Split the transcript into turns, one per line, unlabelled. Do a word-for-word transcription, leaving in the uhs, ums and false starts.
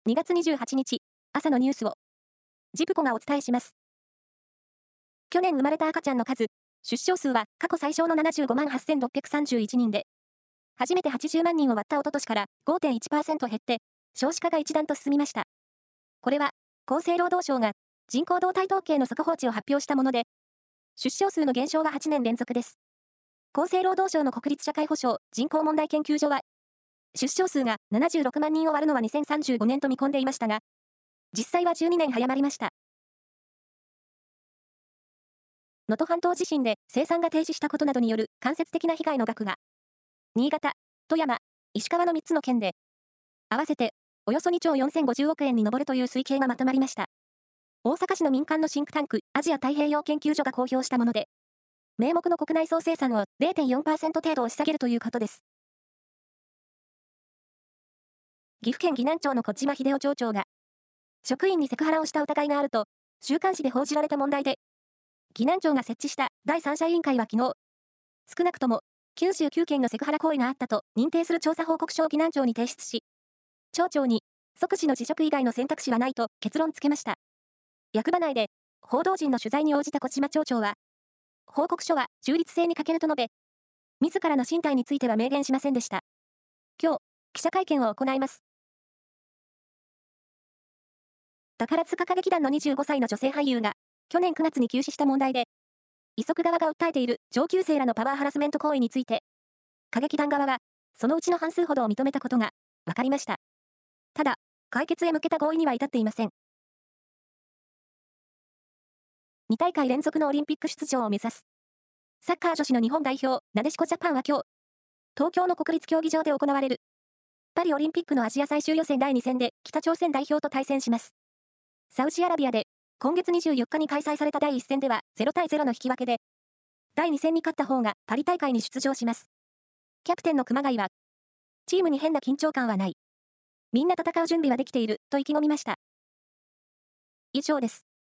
にがつにじゅうはちにち、朝のニュースを、ジプコがお伝えします。去年生まれた赤ちゃんの数、出生数は過去最小のななじゅうごまんはっせんろっぴゃくさんじゅういちにんで、初めてはちじゅうまんにんを割った一昨年から ごてんいちパーセント 減って、少子化が一段と進みました。これは、厚生労働省が人口動態統計の速報値を発表したもので、出生数の減少ははちねん連続です。厚生労働省の国立社会保障人口問題研究所は、出生数がななじゅうろくまんにんを割るのはにせんさんじゅうごねんと見込んでいましたが、実際はじゅうにねん早まりました。能登半島地震で生産が停止したことなどによる間接的な被害の額が、新潟、富山、石川のみっつの県で、合わせておよそにちょうよんせんごじゅうおくえんに上るという推計がまとまりました。大阪市の民間のシンクタンクアジア太平洋研究所が公表したもので、名目の国内総生産を れいてんよんパーセント 程度押し下げるということです。岐阜県岐南町の小島秀夫町長が、職員にセクハラをした疑いがあると、週刊誌で報じられた問題で、岐南町が設置した第三者委員会は昨日、少なくともきゅうじゅうきゅうけんのセクハラ行為があったと認定する調査報告書を岐南町に提出し、町長に即時の辞職以外の選択肢はないと結論付けました。役場内で報道陣の取材に応じた小島町長は、報告書は中立性に欠けると述べ、自らの進退については明言しませんでした。今日、記者会見を行います。宝塚歌劇団のにじゅうごさいの女性俳優が、去年くがつに急死した問題で、遺族側が訴えている上級生らのパワーハラスメント行為について、歌劇団側は、そのうちの半数ほどを認めたことが分かりました。ただ、解決へ向けた合意には至っていません。にたいかい連続のオリンピック出場を目指す。サッカー女子の日本代表、なでしこジャパンは今日、東京の国立競技場で行われる、パリオリンピックのアジア最終予選だいに戦で北朝鮮代表と対戦します。サウジアラビアで、今月にじゅうよっかに開催されただいいっ戦ではゼロたいゼロの引き分けで、だいに戦に勝った方がパリ大会に出場します。キャプテンの熊谷は、チームに変な緊張感はない。みんな戦う準備はできている、と意気込みました。以上です。